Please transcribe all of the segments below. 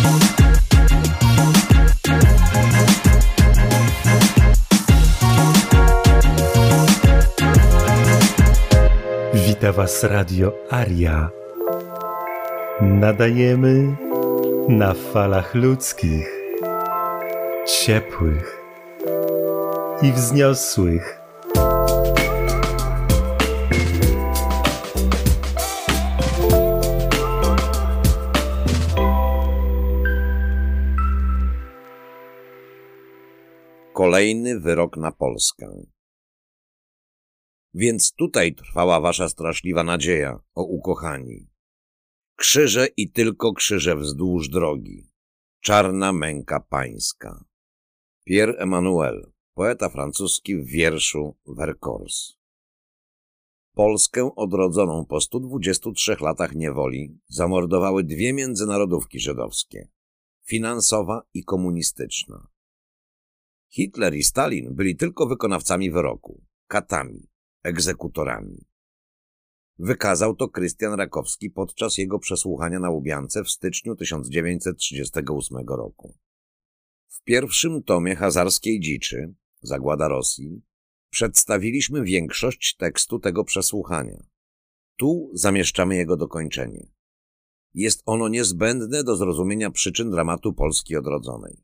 Wita Was Radio Aria. Nadajemy na falach ludzkich, ciepłych i wzniosłych. Kolejny wyrok na Polskę. Więc tutaj trwała wasza straszliwa nadzieja, o ukochani. Krzyże i tylko krzyże wzdłuż drogi. Czarna męka pańska. Pierre Emmanuel, poeta francuski w wierszu Vercors. Polskę odrodzoną po 123 latach niewoli zamordowały dwie międzynarodówki żydowskie. Finansowa i komunistyczna. Hitler i Stalin byli tylko wykonawcami wyroku, katami, egzekutorami. Wykazał to Krystian Rakowski podczas jego przesłuchania na Łubiance w styczniu 1938 roku. W pierwszym tomie Hazarskiej dziczy, Zagłada Rosji, przedstawiliśmy większość tekstu tego przesłuchania. Tu zamieszczamy jego dokończenie. Jest ono niezbędne do zrozumienia przyczyn dramatu Polski odrodzonej.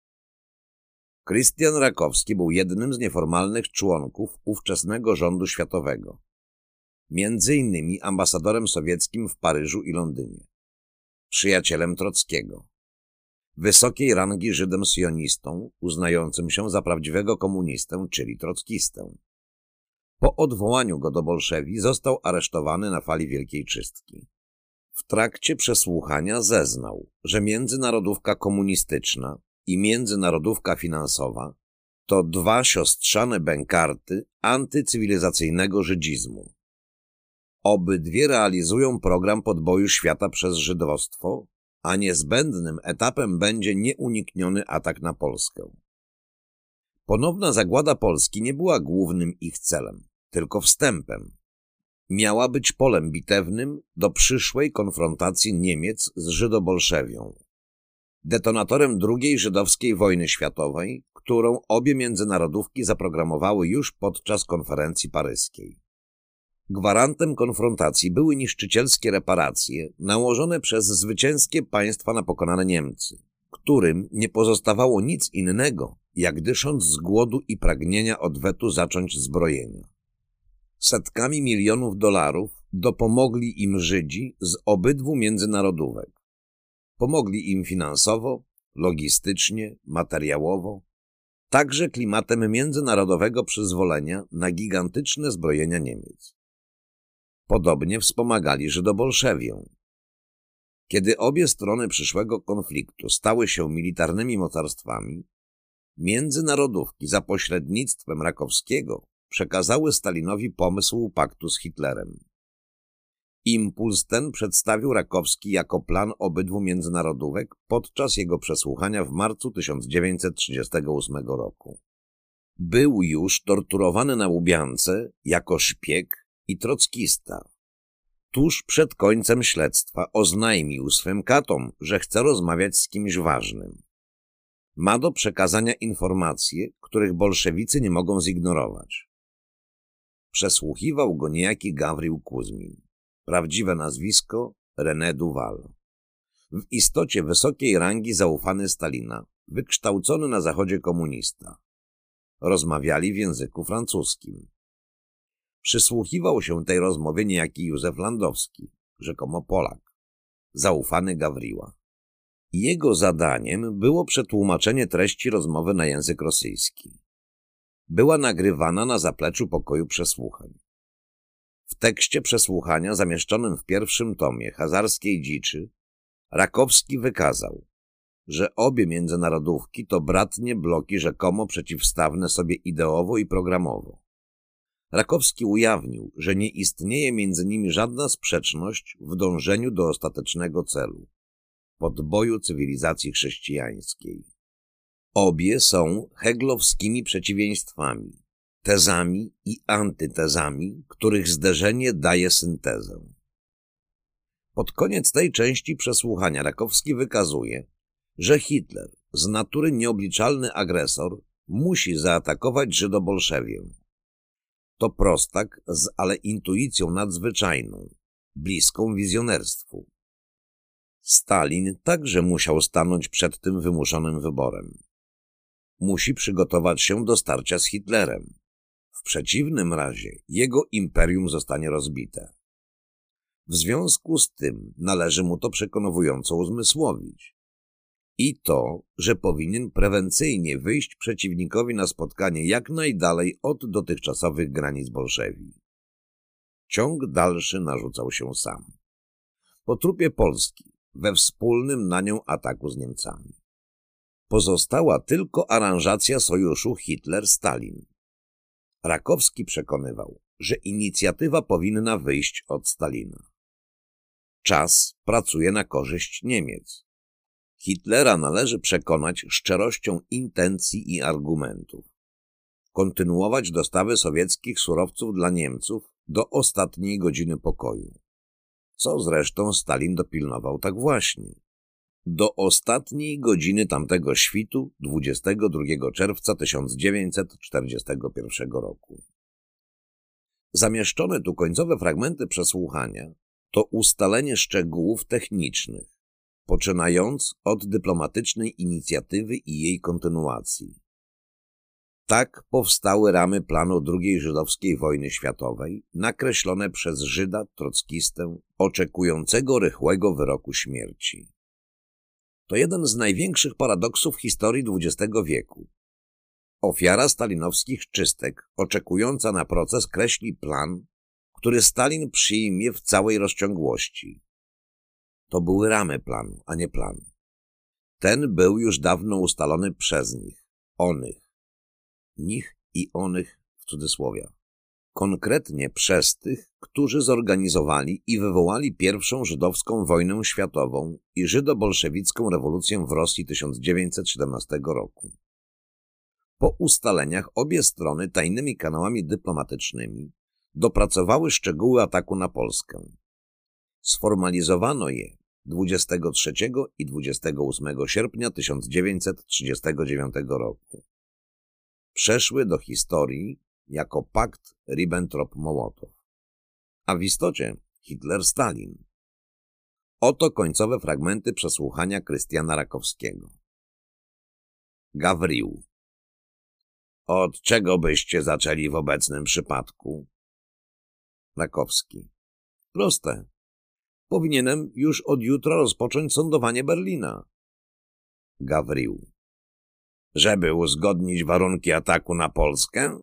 Krystian Rakowski był jednym z nieformalnych członków ówczesnego rządu światowego, między innymi ambasadorem sowieckim w Paryżu i Londynie, przyjacielem Trockiego, wysokiej rangi Żydem sionistą, uznającym się za prawdziwego komunistę, czyli trockistę. Po odwołaniu go do bolszewi został aresztowany na fali Wielkiej Czystki. W trakcie przesłuchania zeznał, że międzynarodówka komunistyczna i międzynarodówka finansowa to dwa siostrzane bękarty antycywilizacyjnego żydizmu. Obydwie realizują program podboju świata przez żydostwo, a niezbędnym etapem będzie nieunikniony atak na Polskę. Ponowna zagłada Polski nie była głównym ich celem, tylko wstępem. Miała być polem bitewnym do przyszłej konfrontacji Niemiec z Żydobolszewią. Detonatorem II żydowskiej wojny światowej, którą obie międzynarodówki zaprogramowały już podczas konferencji paryskiej. Gwarantem konfrontacji były niszczycielskie reparacje nałożone przez zwycięskie państwa na pokonane Niemcy, którym nie pozostawało nic innego, jak dysząc z głodu i pragnienia odwetu zacząć zbrojenia. Setkami milionów dolarów dopomogli im Żydzi z obydwu międzynarodówek. Pomogli im finansowo, logistycznie, materiałowo, także klimatem międzynarodowego przyzwolenia na gigantyczne zbrojenia Niemiec. Podobnie wspomagali Żydobolszewię. Kiedy obie strony przyszłego konfliktu stały się militarnymi mocarstwami, międzynarodówki za pośrednictwem Rakowskiego przekazały Stalinowi pomysł paktu z Hitlerem. Impuls ten przedstawił Rakowski jako plan obydwu międzynarodówek podczas jego przesłuchania w marcu 1938 roku. Był już torturowany na Łubiance jako szpieg i trockista. Tuż przed końcem śledztwa oznajmił swym katom, że chce rozmawiać z kimś ważnym. Ma do przekazania informacje, których bolszewicy nie mogą zignorować. Przesłuchiwał go niejaki Gawrił Kuzmin. Prawdziwe nazwisko René Duval. W istocie wysokiej rangi zaufany Stalina, wykształcony na zachodzie komunista. Rozmawiali w języku francuskim. Przysłuchiwał się tej rozmowie niejaki Józef Landowski, rzekomo Polak, zaufany Gawriła. Jego zadaniem było przetłumaczenie treści rozmowy na język rosyjski. Była nagrywana na zapleczu pokoju przesłuchań. W tekście przesłuchania zamieszczonym w pierwszym tomie Hazarskiej dziczy Rakowski wykazał, że obie międzynarodówki to bratnie bloki rzekomo przeciwstawne sobie ideowo i programowo. Rakowski ujawnił, że nie istnieje między nimi żadna sprzeczność w dążeniu do ostatecznego celu – podboju cywilizacji chrześcijańskiej. Obie są heglowskimi przeciwieństwami, tezami i antytezami, których zderzenie daje syntezę. Pod koniec tej części przesłuchania Rakowski wykazuje, że Hitler, z natury nieobliczalny agresor, musi zaatakować Żydobolszewię. To prostak ale intuicją nadzwyczajną, bliską wizjonerstwu. Stalin także musiał stanąć przed tym wymuszonym wyborem. Musi przygotować się do starcia z Hitlerem. W przeciwnym razie jego imperium zostanie rozbite. W związku z tym należy mu to przekonująco uzmysłowić. I to, że powinien prewencyjnie wyjść przeciwnikowi na spotkanie jak najdalej od dotychczasowych granic Bolszewii. Ciąg dalszy narzucał się sam. Po trupie Polski, we wspólnym na nią ataku z Niemcami. Pozostała tylko aranżacja sojuszu Hitler-Stalin. Rakowski przekonywał, że inicjatywa powinna wyjść od Stalina. Czas pracuje na korzyść Niemiec. Hitlera należy przekonać szczerością intencji i argumentów. Kontynuować dostawy sowieckich surowców dla Niemców do ostatniej godziny pokoju. Co zresztą Stalin dopilnował tak właśnie. Do ostatniej godziny tamtego świtu 22 czerwca 1941 roku. Zamieszczone tu końcowe fragmenty przesłuchania to ustalenie szczegółów technicznych, poczynając od dyplomatycznej inicjatywy i jej kontynuacji. Tak powstały ramy planu II żydowskiej wojny światowej, nakreślone przez Żyda trockistę oczekującego rychłego wyroku śmierci. To jeden z największych paradoksów historii XX wieku. Ofiara stalinowskich czystek, oczekująca na proces, kreśli plan, który Stalin przyjmie w całej rozciągłości. To były ramy planu, a nie plan. Ten był już dawno ustalony przez nich, onych. Nich i onych w cudzysłowie. Konkretnie przez tych, którzy zorganizowali i wywołali pierwszą żydowską wojnę światową i żydobolszewicką rewolucję w Rosji 1917 roku. Po ustaleniach obie strony tajnymi kanałami dyplomatycznymi dopracowały szczegóły ataku na Polskę. Sformalizowano je 23 i 28 sierpnia 1939 roku. Przeszły do historii jako pakt Ribbentrop-Mołotow, a w istocie Hitler-Stalin. Oto końcowe fragmenty przesłuchania Krystiana Rakowskiego. Gawrił. Od czego byście zaczęli w obecnym przypadku? Rakowski. Proste. Powinienem już od jutra rozpocząć sądowanie Berlina. Gawrił. Żeby uzgodnić warunki ataku na Polskę?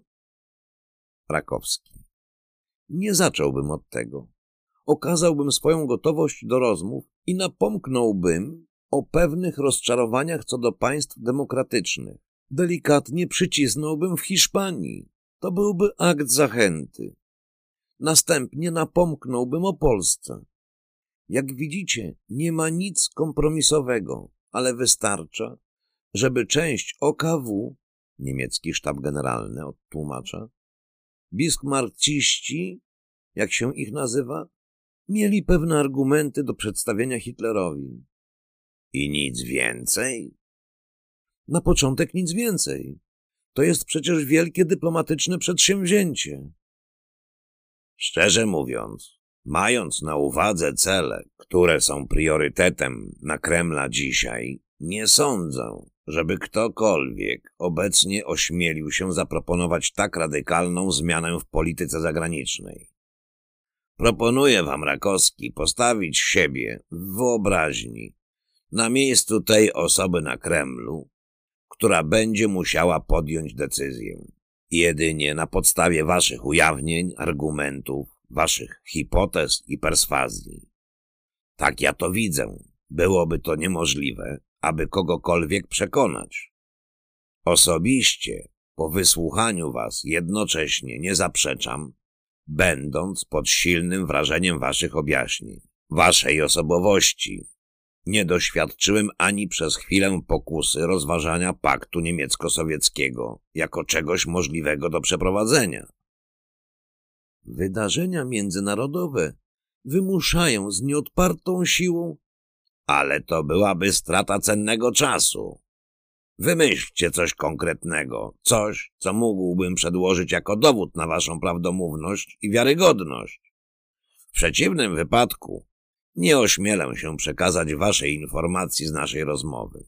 Rakowski. Nie zacząłbym od tego. Okazałbym swoją gotowość do rozmów i napomknąłbym o pewnych rozczarowaniach co do państw demokratycznych. Delikatnie przycisnąłbym w Hiszpanii. To byłby akt zachęty. Następnie napomknąłbym o Polsce. Jak widzicie, nie ma nic kompromisowego, ale wystarcza, żeby część OKW, niemiecki sztab generalny odtłumacza, Bismarckciści, jak się ich nazywa, mieli pewne argumenty do przedstawienia Hitlerowi. I nic więcej? Na początek nic więcej. To jest przecież wielkie dyplomatyczne przedsięwzięcie. Szczerze mówiąc, mając na uwadze cele, które są priorytetem na Kremla dzisiaj, nie sądzę, żeby ktokolwiek obecnie ośmielił się zaproponować tak radykalną zmianę w polityce zagranicznej. Proponuję wam, Rakowski, postawić siebie w wyobraźni na miejscu tej osoby na Kremlu, która będzie musiała podjąć decyzję. Jedynie na podstawie waszych ujawnień, argumentów, waszych hipotez i perswazji. Tak ja to widzę. Byłoby to niemożliwe, aby kogokolwiek przekonać. Osobiście, po wysłuchaniu was jednocześnie nie zaprzeczam, będąc pod silnym wrażeniem waszych objaśnień, waszej osobowości, nie doświadczyłem ani przez chwilę pokusy rozważania paktu niemiecko-sowieckiego jako czegoś możliwego do przeprowadzenia. Wydarzenia międzynarodowe wymuszają z nieodpartą siłą, Ale to byłaby strata cennego czasu. Wymyślcie coś konkretnego, coś, co mógłbym przedłożyć jako dowód na waszą prawdomówność i wiarygodność. W przeciwnym wypadku nie ośmielę się przekazać waszej informacji z naszej rozmowy.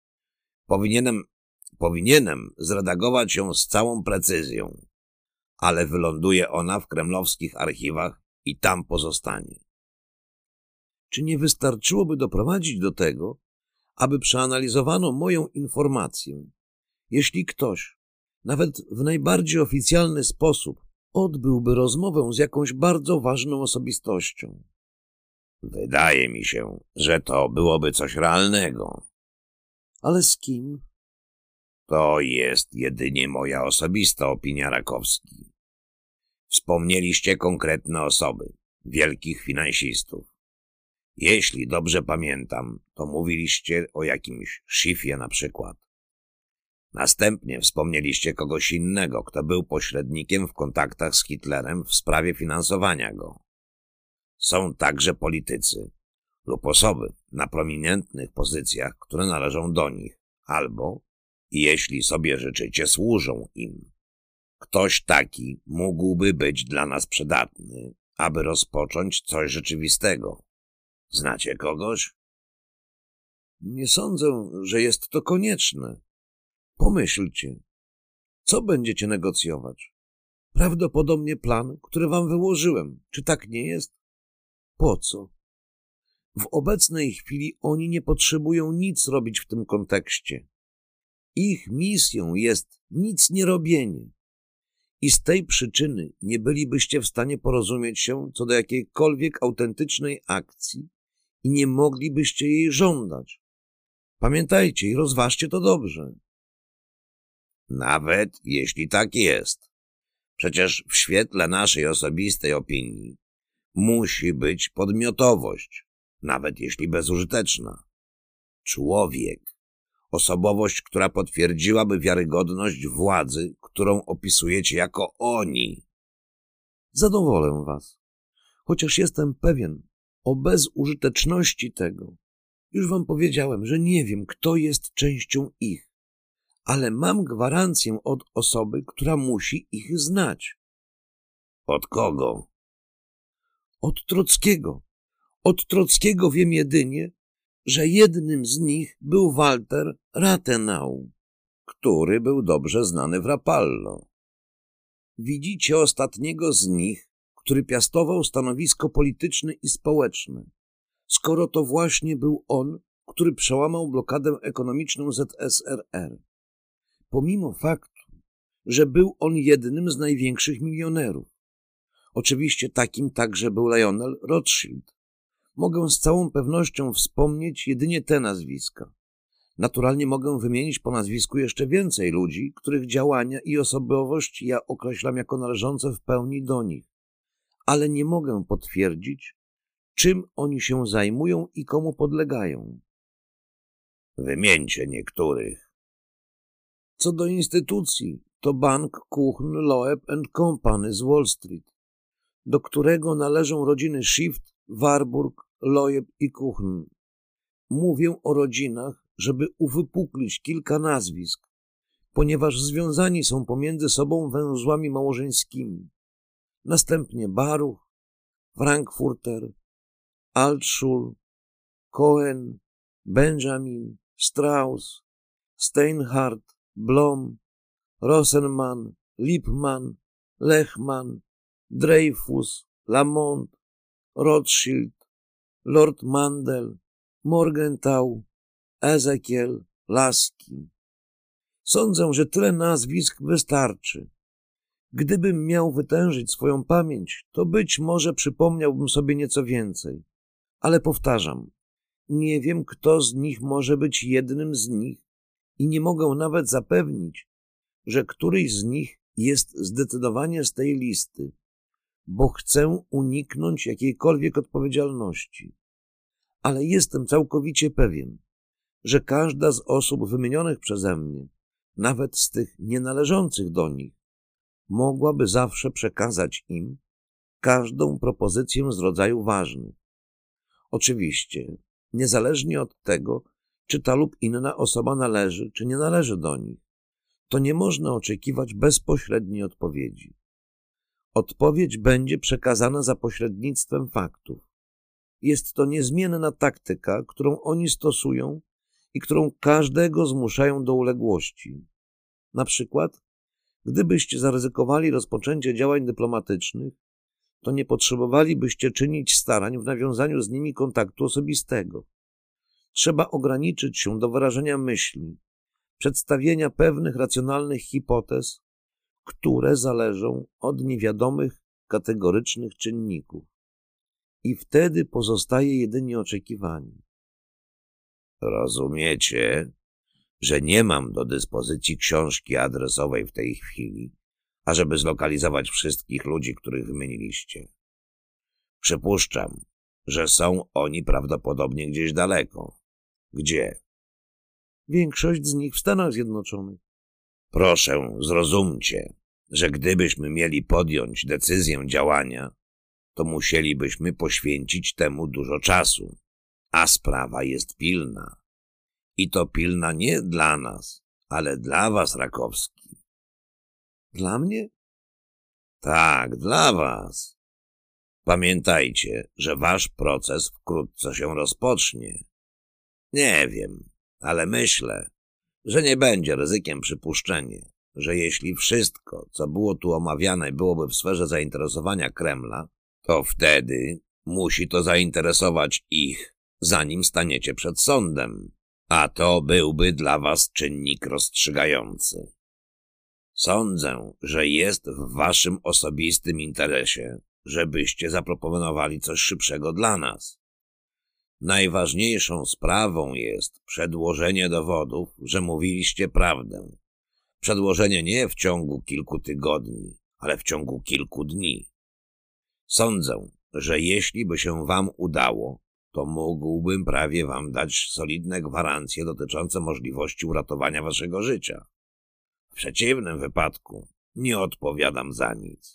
Powinienem zredagować ją z całą precyzją, ale wyląduje ona w kremlowskich archiwach i tam pozostanie. Czy nie wystarczyłoby doprowadzić do tego, aby przeanalizowano moją informację, jeśli ktoś, nawet w najbardziej oficjalny sposób, odbyłby rozmowę z jakąś bardzo ważną osobistością? Wydaje mi się, że to byłoby coś realnego. Ale z kim? To jest jedynie moja osobista opinia, Rakowski. Wspomnieliście konkretne osoby, wielkich finansistów. Jeśli dobrze pamiętam, to mówiliście o jakimś Schiffie na przykład. Następnie wspomnieliście kogoś innego, kto był pośrednikiem w kontaktach z Hitlerem w sprawie finansowania go. Są także politycy lub osoby na prominentnych pozycjach, które należą do nich, albo, jeśli sobie życzycie, służą im. Ktoś taki mógłby być dla nas przydatny, aby rozpocząć coś rzeczywistego. Znacie kogoś? Nie sądzę, że jest to konieczne. Pomyślcie, co będziecie negocjować? Prawdopodobnie plan, który wam wyłożyłem. Czy tak nie jest? Po co? W obecnej chwili oni nie potrzebują nic robić w tym kontekście. Ich misją jest nic nie robienie. I z tej przyczyny nie bylibyście w stanie porozumieć się co do jakiejkolwiek autentycznej akcji i nie moglibyście jej żądać. Pamiętajcie i rozważcie to dobrze. Nawet jeśli tak jest. Przecież w świetle naszej osobistej opinii musi być podmiotowość, nawet jeśli bezużyteczna. Człowiek. Osobowość, która potwierdziłaby wiarygodność władzy, którą opisujecie jako oni. Zadowolę was, chociaż jestem pewien o bezużyteczności tego. Już wam powiedziałem, że nie wiem, kto jest częścią ich, ale mam gwarancję od osoby, która musi ich znać. Od kogo? Od Trockiego. Od Trockiego wiem jedynie, że jednym z nich był Walter Rathenau, który był dobrze znany w Rapallo. Widzicie ostatniego z nich, który piastował stanowisko polityczne i społeczne, skoro to właśnie był on, który przełamał blokadę ekonomiczną ZSRR. Pomimo faktu, że był on jednym z największych milionerów. Oczywiście takim także był Lionel Rothschild. Mogę z całą pewnością wspomnieć jedynie te nazwiska. Naturalnie mogę wymienić po nazwisku jeszcze więcej ludzi, których działania i osobowość ja określam jako należące w pełni do nich, ale nie mogę potwierdzić, czym oni się zajmują i komu podlegają. Wymieńcie niektórych. Co do instytucji, to bank Kuchen, Loeb & Company z Wall Street, do którego należą rodziny Schiff, Warburg, Loeb i Kuchen. Mówię o rodzinach, żeby uwypuklić kilka nazwisk, ponieważ związani są pomiędzy sobą węzłami małżeńskimi. Następnie Baruch, Frankfurter, Altschul, Cohen, Benjamin, Strauss, Steinhardt, Blom, Rosenmann, Lippmann, Lechmann, Dreyfus, Lamont, Rothschild, Lord Mandel, Morgenthau, Ezekiel, Laski. Sądzę, że tyle nazwisk wystarczy. Gdybym miał wytężyć swoją pamięć, to być może przypomniałbym sobie nieco więcej. Ale powtarzam, nie wiem, kto z nich może być jednym z nich i nie mogę nawet zapewnić, że któryś z nich jest zdecydowanie z tej listy, bo chcę uniknąć jakiejkolwiek odpowiedzialności. Ale jestem całkowicie pewien, że każda z osób wymienionych przeze mnie, nawet z tych nienależących do nich, mogłaby zawsze przekazać im każdą propozycję z rodzaju ważnych. Oczywiście niezależnie od tego, czy ta lub inna osoba należy, czy nie należy do nich, to nie można oczekiwać bezpośredniej odpowiedzi. Odpowiedź będzie przekazana za pośrednictwem faktów. Jest to niezmienna taktyka, którą oni stosują i którą każdego zmuszają do uległości. Na przykład, gdybyście zaryzykowali rozpoczęcie działań dyplomatycznych, to nie potrzebowalibyście czynić starań w nawiązaniu z nimi kontaktu osobistego. Trzeba ograniczyć się do wyrażenia myśli, przedstawienia pewnych racjonalnych hipotez, które zależą od niewiadomych, kategorycznych czynników. I wtedy pozostaje jedynie oczekiwanie. Rozumiecie, że nie mam do dyspozycji książki adresowej w tej chwili, ażeby zlokalizować wszystkich ludzi, których wymieniliście. Przypuszczam, że są oni prawdopodobnie gdzieś daleko. Gdzie? Większość z nich w Stanach Zjednoczonych. Proszę, zrozumcie, że gdybyśmy mieli podjąć decyzję działania, to musielibyśmy poświęcić temu dużo czasu, a sprawa jest pilna. I to pilna nie dla nas, ale dla was, Rakowski. Dla mnie? Tak, dla was. Pamiętajcie, że wasz proces wkrótce się rozpocznie. Nie wiem, ale myślę, że nie będzie ryzykiem przypuszczenie, że jeśli wszystko, co było tu omawiane, byłoby w sferze zainteresowania Kremla, to wtedy musi to zainteresować ich, zanim staniecie przed sądem, a to byłby dla was czynnik rozstrzygający. Sądzę, że jest w waszym osobistym interesie, żebyście zaproponowali coś szybszego dla nas. Najważniejszą sprawą jest przedłożenie dowodów, że mówiliście prawdę. Przedłożenie nie w ciągu kilku tygodni, ale w ciągu kilku dni. Sądzę, że jeśli by się wam udało, to mógłbym prawie wam dać solidne gwarancje dotyczące możliwości uratowania waszego życia. W przeciwnym wypadku nie odpowiadam za nic.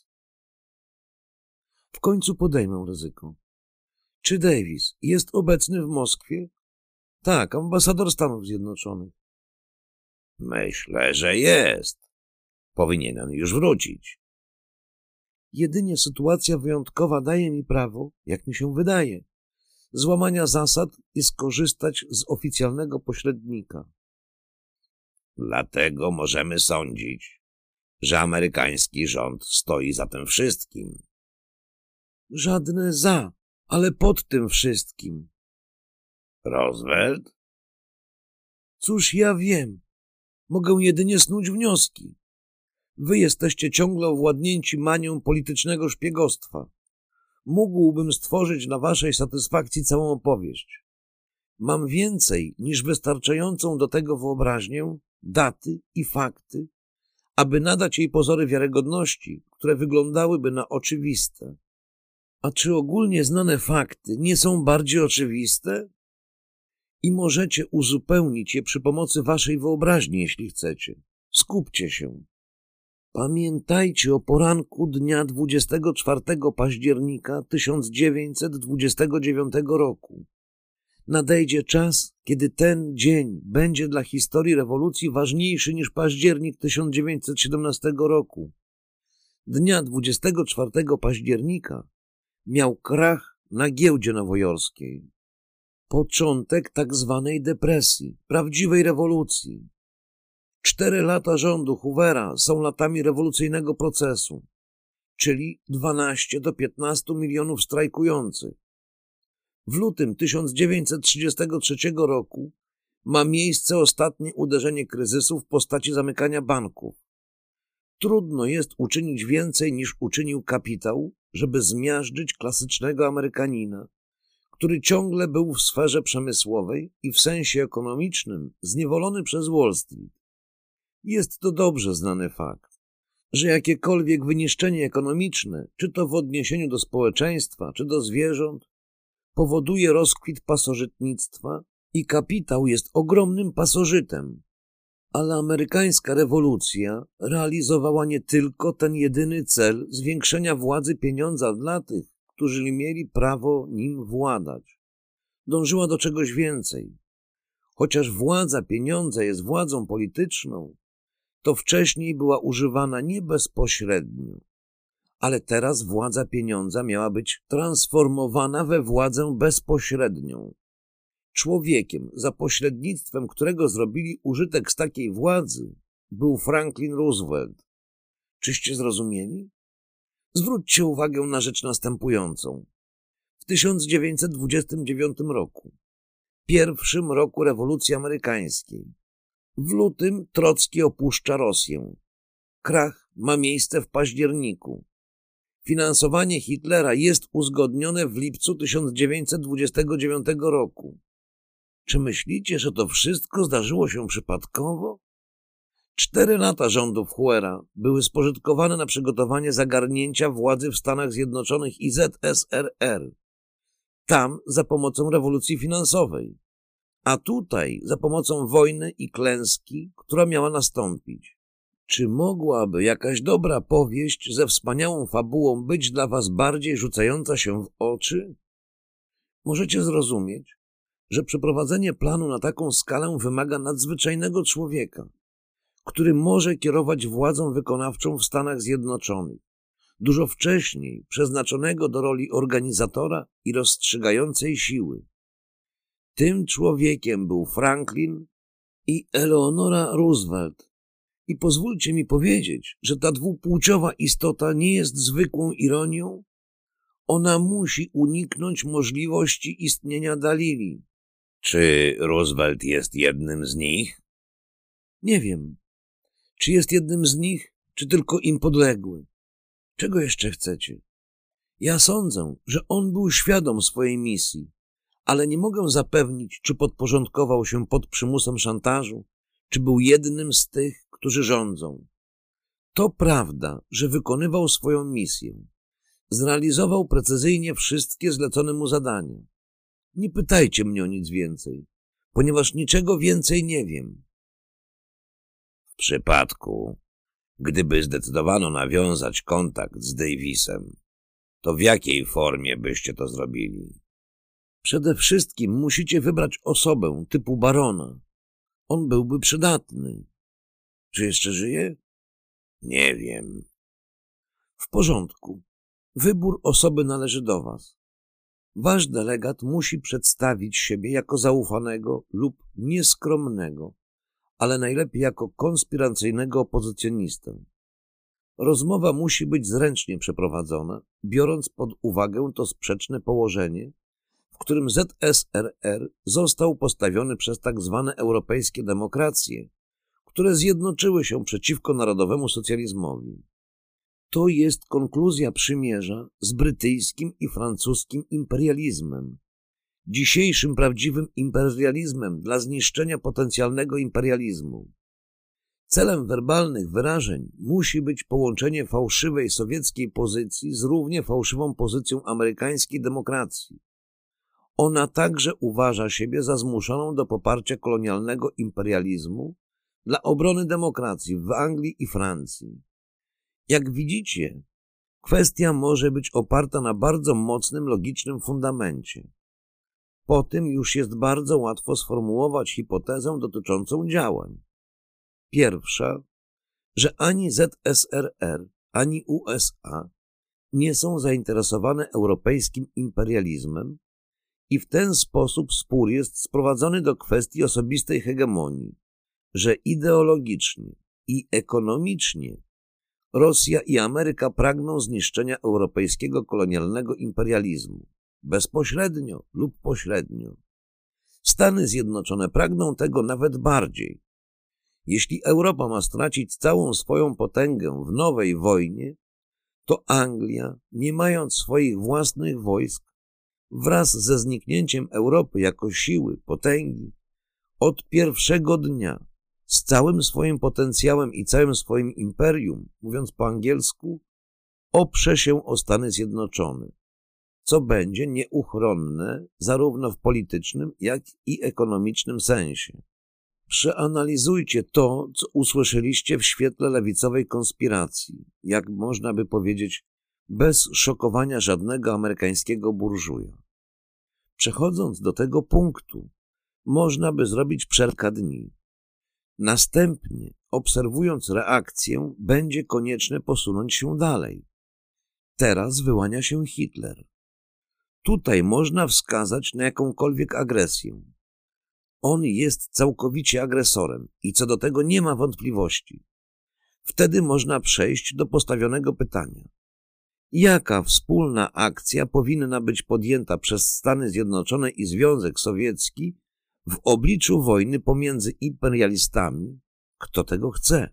W końcu podejmę ryzyko. Czy Davis jest obecny w Moskwie? Tak, ambasador Stanów Zjednoczonych. Myślę, że jest. Powinien już wrócić. Jedynie sytuacja wyjątkowa daje mi prawo, jak mi się wydaje, złamania zasad i skorzystać z oficjalnego pośrednika. Dlatego możemy sądzić, że amerykański rząd stoi za tym wszystkim. Żadne za, ale pod tym wszystkim. Roosevelt? Cóż ja wiem. Mogę jedynie snuć wnioski. Wy jesteście ciągle owładnięci manią politycznego szpiegostwa. Mógłbym stworzyć dla waszej satysfakcji całą opowieść. Mam więcej niż wystarczającą do tego wyobraźnię, daty i fakty, aby nadać jej pozory wiarygodności, które wyglądałyby na oczywiste. A czy ogólnie znane fakty nie są bardziej oczywiste? I możecie uzupełnić je przy pomocy waszej wyobraźni, jeśli chcecie. Skupcie się. Pamiętajcie o poranku dnia 24 października 1929 roku. Nadejdzie czas, kiedy ten dzień będzie dla historii rewolucji ważniejszy niż październik 1917 roku. Dnia 24 października miał krach na giełdzie nowojorskiej. Początek tak zwanej depresji, prawdziwej rewolucji. 4 lata rządu Hoovera są latami rewolucyjnego procesu, czyli 12 do 15 milionów strajkujących. W lutym 1933 roku ma miejsce ostatnie uderzenie kryzysu w postaci zamykania banków. Trudno jest uczynić więcej niż uczynił kapitał, żeby zmiażdżyć klasycznego Amerykanina, który ciągle był w sferze przemysłowej i w sensie ekonomicznym zniewolony przez Wall Street. Jest to dobrze znany fakt, że jakiekolwiek wyniszczenie ekonomiczne, czy to w odniesieniu do społeczeństwa, czy do zwierząt, powoduje rozkwit pasożytnictwa i kapitał jest ogromnym pasożytem. Ale amerykańska rewolucja realizowała nie tylko ten jedyny cel zwiększenia władzy pieniądza dla tych, którzy mieli prawo nim władać. dążyła do czegoś więcej. Chociaż władza pieniądza jest władzą polityczną, to wcześniej była używana nie bezpośrednio, ale teraz władza pieniądza miała być transformowana we władzę bezpośrednią. Człowiekiem, za pośrednictwem którego zrobili użytek z takiej władzy, był Franklin Roosevelt. Czyście zrozumieli? Zwróćcie uwagę na rzecz następującą. W 1929 roku, pierwszym roku rewolucji amerykańskiej, w lutym Trocki opuszcza Rosję. Krach ma miejsce w październiku. Finansowanie Hitlera jest uzgodnione w lipcu 1929 roku. Czy myślicie, że to wszystko zdarzyło się przypadkowo? 4 lata rządów Huera były spożytkowane na przygotowanie zagarnięcia władzy w Stanach Zjednoczonych i ZSRR. Tam za pomocą rewolucji finansowej, a tutaj za pomocą wojny i klęski, która miała nastąpić. Czy mogłaby jakaś dobra powieść ze wspaniałą fabułą być dla was bardziej rzucająca się w oczy? Możecie zrozumieć, że przeprowadzenie planu na taką skalę wymaga nadzwyczajnego człowieka, który może kierować władzą wykonawczą w Stanach Zjednoczonych, dużo wcześniej przeznaczonego do roli organizatora i rozstrzygającej siły. Tym człowiekiem był Franklin i Eleonora Roosevelt. I pozwólcie mi powiedzieć, że ta dwupłciowa istota nie jest zwykłą ironią. Ona musi uniknąć możliwości istnienia Dalili. Czy Roosevelt jest jednym z nich? Nie wiem. Czy jest jednym z nich, czy tylko im podległy? Czego jeszcze chcecie? Ja sądzę, że on był świadom swojej misji, ale nie mogę zapewnić, czy podporządkował się pod przymusem szantażu, czy był jednym z tych, którzy rządzą. To prawda, że wykonywał swoją misję. Zrealizował precyzyjnie wszystkie zlecone mu zadania. Nie pytajcie mnie o nic więcej, ponieważ niczego więcej nie wiem. W przypadku, gdyby zdecydowano nawiązać kontakt z Davisem, to w jakiej formie byście to zrobili? Przede wszystkim musicie wybrać osobę typu barona. On byłby przydatny. Czy jeszcze żyje? Nie wiem. W porządku. Wybór osoby należy do was. Wasz delegat musi przedstawić siebie jako zaufanego lub nieskromnego, ale najlepiej jako konspiracyjnego opozycjonistę. Rozmowa musi być zręcznie przeprowadzona, biorąc pod uwagę to sprzeczne położenie, w którym ZSRR został postawiony przez tak zwane europejskie demokracje, które zjednoczyły się przeciwko narodowemu socjalizmowi. To jest konkluzja przymierza z brytyjskim i francuskim imperializmem, dzisiejszym prawdziwym imperializmem dla zniszczenia potencjalnego imperializmu. Celem werbalnych wyrażeń musi być połączenie fałszywej sowieckiej pozycji z równie fałszywą pozycją amerykańskiej demokracji. Ona także uważa siebie za zmuszoną do poparcia kolonialnego imperializmu dla obrony demokracji w Anglii i Francji. Jak widzicie, kwestia może być oparta na bardzo mocnym, logicznym fundamencie. Po tym już jest bardzo łatwo sformułować hipotezę dotyczącą działań. Pierwsza, że ani ZSRR, ani USA nie są zainteresowane europejskim imperializmem i w ten sposób spór jest sprowadzony do kwestii osobistej hegemonii, że ideologicznie i ekonomicznie Rosja i Ameryka pragną zniszczenia europejskiego kolonialnego imperializmu, bezpośrednio lub pośrednio. Stany Zjednoczone pragną tego nawet bardziej. Jeśli Europa ma stracić całą swoją potęgę w nowej wojnie, to Anglia, nie mając swoich własnych wojsk, wraz ze zniknięciem Europy jako siły, potęgi, od pierwszego dnia, z całym swoim potencjałem i całym swoim imperium, mówiąc po angielsku, oprze się o Stany Zjednoczone, co będzie nieuchronne zarówno w politycznym, jak i ekonomicznym sensie. Przeanalizujcie to, co usłyszeliście w świetle lewicowej konspiracji, jak można by powiedzieć, bez szokowania żadnego amerykańskiego burżuja. Przechodząc do tego punktu, można by zrobić przerwę dni. Następnie, obserwując reakcję, będzie konieczne posunąć się dalej. Teraz wyłania się Hitler. Tutaj można wskazać na jakąkolwiek agresję. On jest całkowicie agresorem i co do tego nie ma wątpliwości. Wtedy można przejść do postawionego pytania. Jaka wspólna akcja powinna być podjęta przez Stany Zjednoczone i Związek Sowiecki w obliczu wojny pomiędzy imperialistami? Kto tego chce?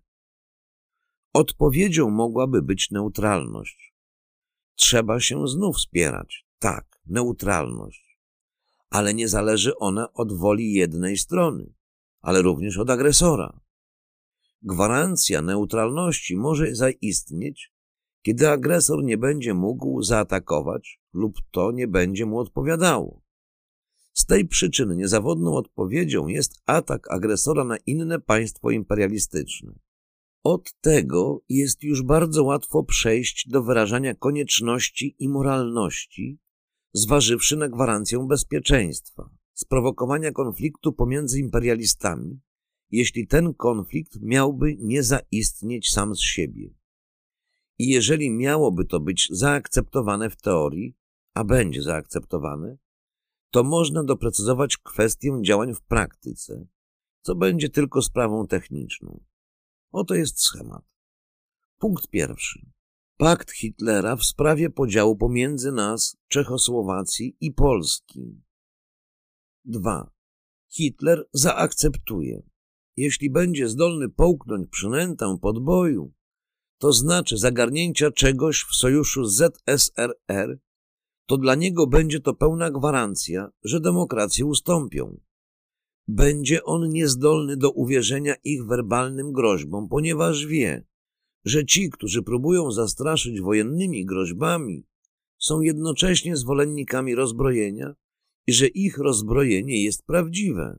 Odpowiedzią mogłaby być neutralność. Trzeba się znów spierać. Tak, neutralność. Ale nie zależy ona od woli jednej strony, ale również od agresora. Gwarancja neutralności może zaistnieć, kiedy agresor nie będzie mógł zaatakować lub to nie będzie mu odpowiadało. Z tej przyczyny niezawodną odpowiedzią jest atak agresora na inne państwo imperialistyczne. Od tego jest już bardzo łatwo przejść do wyrażania konieczności i moralności, zważywszy na gwarancję bezpieczeństwa, sprowokowania konfliktu pomiędzy imperialistami, jeśli ten konflikt miałby nie zaistnieć sam z siebie. I jeżeli miałoby to być zaakceptowane w teorii, a będzie zaakceptowane, to można doprecyzować kwestię działań w praktyce, co będzie tylko sprawą techniczną. Oto jest schemat. Punkt pierwszy. Pakt Hitlera w sprawie podziału pomiędzy nas, Czechosłowacji i Polski. 2. Hitler zaakceptuje. Jeśli będzie zdolny połknąć przynętę podboju, to znaczy zagarnięcia czegoś w sojuszu z ZSRR, to dla niego będzie to pełna gwarancja, że demokracje ustąpią. Będzie on niezdolny do uwierzenia ich werbalnym groźbom, ponieważ wie, że ci, którzy próbują zastraszyć wojennymi groźbami, są jednocześnie zwolennikami rozbrojenia i że ich rozbrojenie jest prawdziwe.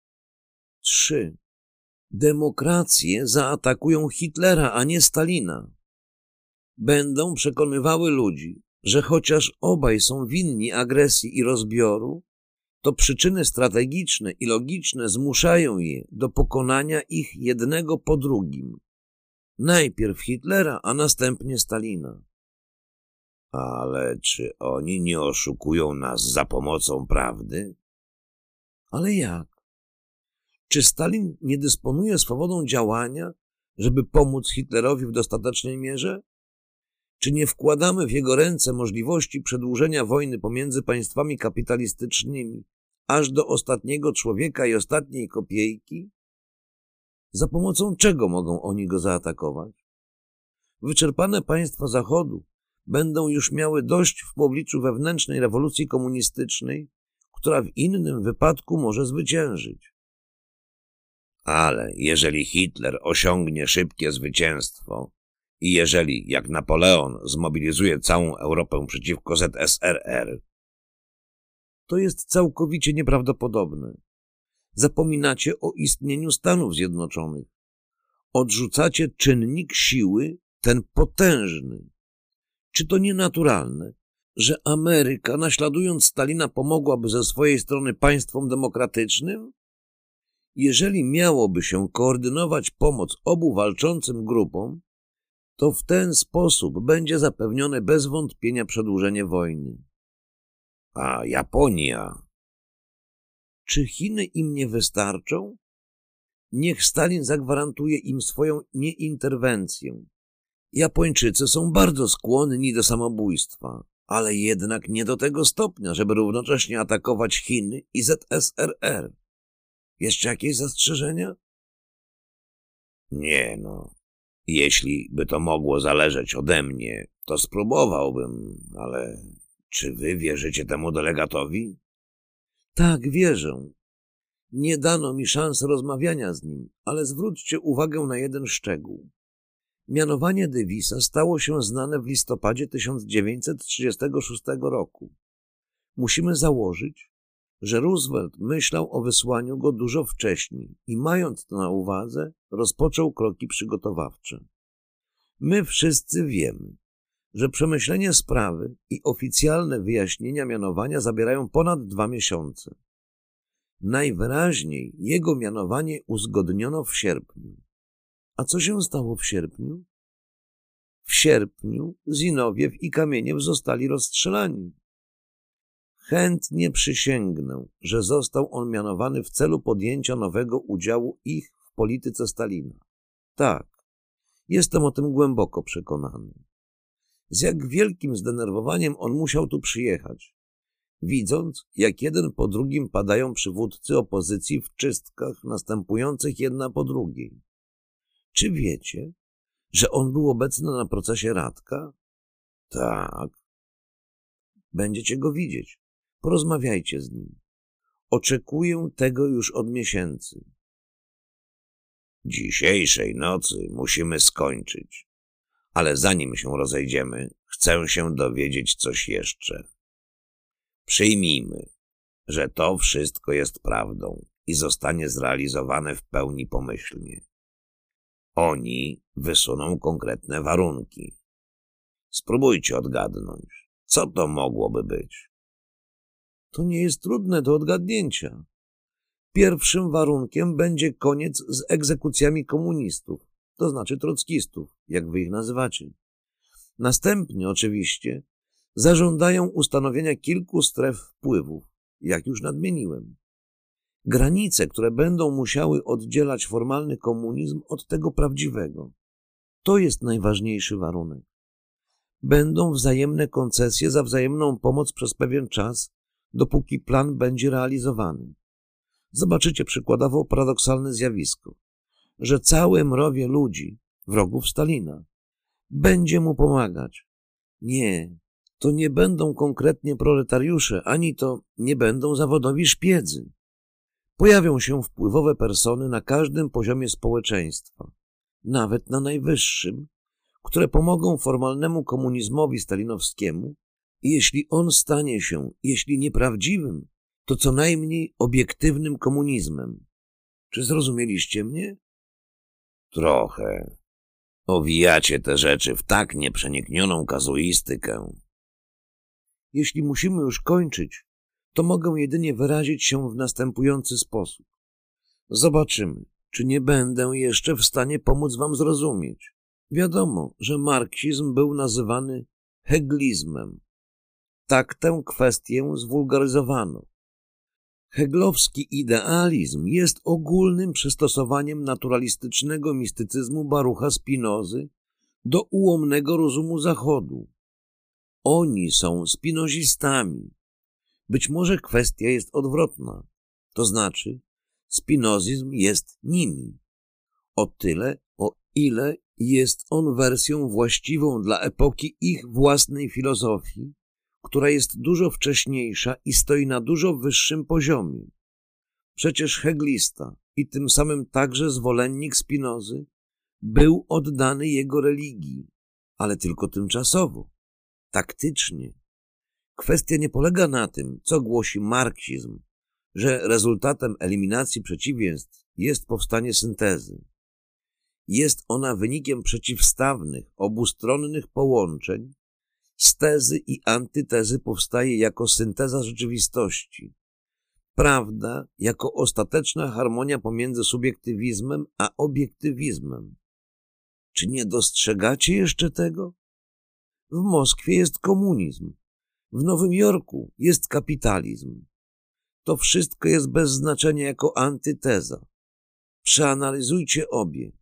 3. Demokracje zaatakują Hitlera, a nie Stalina. Będą przekonywały ludzi, że chociaż obaj są winni agresji i rozbioru, to przyczyny strategiczne i logiczne zmuszają je do pokonania ich jednego po drugim. Najpierw Hitlera, a następnie Stalina. Ale czy oni nie oszukują nas za pomocą prawdy? Ale jak? Czy Stalin nie dysponuje swobodą działania, żeby pomóc Hitlerowi w dostatecznej mierze? Czy nie wkładamy w jego ręce możliwości przedłużenia wojny pomiędzy państwami kapitalistycznymi aż do ostatniego człowieka i ostatniej kopiejki? Za pomocą czego mogą oni go zaatakować? Wyczerpane państwa Zachodu będą już miały dość w obliczu wewnętrznej rewolucji komunistycznej, która w innym wypadku może zwyciężyć. Ale jeżeli Hitler osiągnie szybkie zwycięstwo i jeżeli, jak Napoleon, zmobilizuje całą Europę przeciwko ZSRR, to jest całkowicie nieprawdopodobne. Zapominacie o istnieniu Stanów Zjednoczonych. Odrzucacie czynnik siły, ten potężny. Czy to nienaturalne, że Ameryka, naśladując Stalina, pomogłaby ze swojej strony państwom demokratycznym? Jeżeli miałoby się koordynować pomoc obu walczącym grupom, to w ten sposób będzie zapewnione bez wątpienia przedłużenie wojny. A Japonia? Czy Chiny im nie wystarczą? Niech Stalin zagwarantuje im swoją nieinterwencję. Japończycy są bardzo skłonni do samobójstwa, ale jednak nie do tego stopnia, żeby równocześnie atakować Chiny i ZSRR. Jeszcze jakieś zastrzeżenia? Nie no. Jeśli by to mogło zależeć ode mnie, to spróbowałbym, ale czy wy wierzycie temu delegatowi? Tak, wierzę. Nie dano mi szansy rozmawiania z nim, ale zwróćcie uwagę na jeden szczegół. Mianowanie Davisa stało się znane w listopadzie 1936 roku. Musimy założyć, że Roosevelt myślał o wysłaniu go dużo wcześniej i mając to na uwadze, rozpoczął kroki przygotowawcze. My wszyscy wiemy, że przemyślenie sprawy i oficjalne wyjaśnienia mianowania zabierają ponad 2 miesiące. Najwyraźniej jego mianowanie uzgodniono w sierpniu. A co się stało w sierpniu? W sierpniu Zinowiew i Kamieniew zostali rozstrzelani. Chętnie przysięgnę, że został on mianowany w celu podjęcia nowego udziału ich w polityce Stalina. Tak, jestem o tym głęboko przekonany. Z jak wielkim zdenerwowaniem on musiał tu przyjechać, widząc, jak jeden po drugim padają przywódcy opozycji w czystkach następujących jedna po drugiej. Czy wiecie, że on był obecny na procesie Radka? Tak. Będziecie go widzieć. Porozmawiajcie z nim. Oczekuję tego już od miesięcy. Dzisiejszej nocy musimy skończyć. Ale zanim się rozejdziemy, chcę się dowiedzieć coś jeszcze. Przyjmijmy, że to wszystko jest prawdą i zostanie zrealizowane w pełni pomyślnie. Oni wysuną konkretne warunki. Spróbujcie odgadnąć, co to mogłoby być. To nie jest trudne do odgadnięcia. Pierwszym warunkiem będzie koniec z egzekucjami komunistów, to znaczy trockistów, jak wy ich nazywacie. Następnie, oczywiście, zażądają ustanowienia kilku stref wpływów, jak już nadmieniłem. Granice, które będą musiały oddzielać formalny komunizm od tego prawdziwego. To jest najważniejszy warunek. Będą wzajemne koncesje za wzajemną pomoc przez pewien czas, dopóki plan będzie realizowany. Zobaczycie przykładowo paradoksalne zjawisko, że całe mrowie ludzi, wrogów Stalina, będzie mu pomagać. Nie, to nie będą konkretnie proletariusze, ani to nie będą zawodowi szpiedzy. Pojawią się wpływowe persony na każdym poziomie społeczeństwa, nawet na najwyższym, które pomogą formalnemu komunizmowi stalinowskiemu i jeśli on stanie się, jeśli nie prawdziwym, to co najmniej obiektywnym komunizmem. Czy zrozumieliście mnie? Trochę. Owijacie te rzeczy w tak nieprzeniknioną kazuistykę. Jeśli musimy już kończyć, to mogę jedynie wyrazić się w następujący sposób. Zobaczymy, czy nie będę jeszcze w stanie pomóc wam zrozumieć. Wiadomo, że marksizm był nazywany heglizmem. Tak tę kwestię zwulgaryzowano. Heglowski idealizm jest ogólnym przystosowaniem naturalistycznego mistycyzmu Barucha Spinozy do ułomnego rozumu Zachodu. Oni są spinozistami. Być może kwestia jest odwrotna, to znaczy spinozizm jest nimi. O tyle, o ile jest on wersją właściwą dla epoki ich własnej filozofii, która jest dużo wcześniejsza i stoi na dużo wyższym poziomie. Przecież heglista i tym samym także zwolennik Spinozy był oddany jego religii, ale tylko tymczasowo, taktycznie. Kwestia nie polega na tym, co głosi marksizm, że rezultatem eliminacji przeciwieństw jest powstanie syntezy. Jest ona wynikiem przeciwstawnych, obustronnych połączeń. Z tezy i antytezy powstaje jako synteza rzeczywistości. Prawda jako ostateczna harmonia pomiędzy subiektywizmem a obiektywizmem. Czy nie dostrzegacie jeszcze tego? W Moskwie jest komunizm. W Nowym Jorku jest kapitalizm. To wszystko jest bez znaczenia jako antyteza. Przeanalizujcie obie.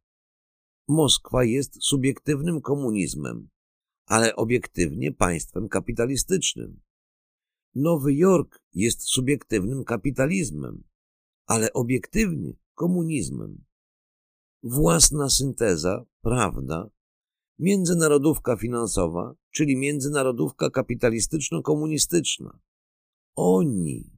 Moskwa jest subiektywnym komunizmem, ale obiektywnie państwem kapitalistycznym. Nowy Jork jest subiektywnym kapitalizmem, ale obiektywnie komunizmem. Własna synteza, prawda, międzynarodówka finansowa, czyli międzynarodówka kapitalistyczno-komunistyczna. Oni.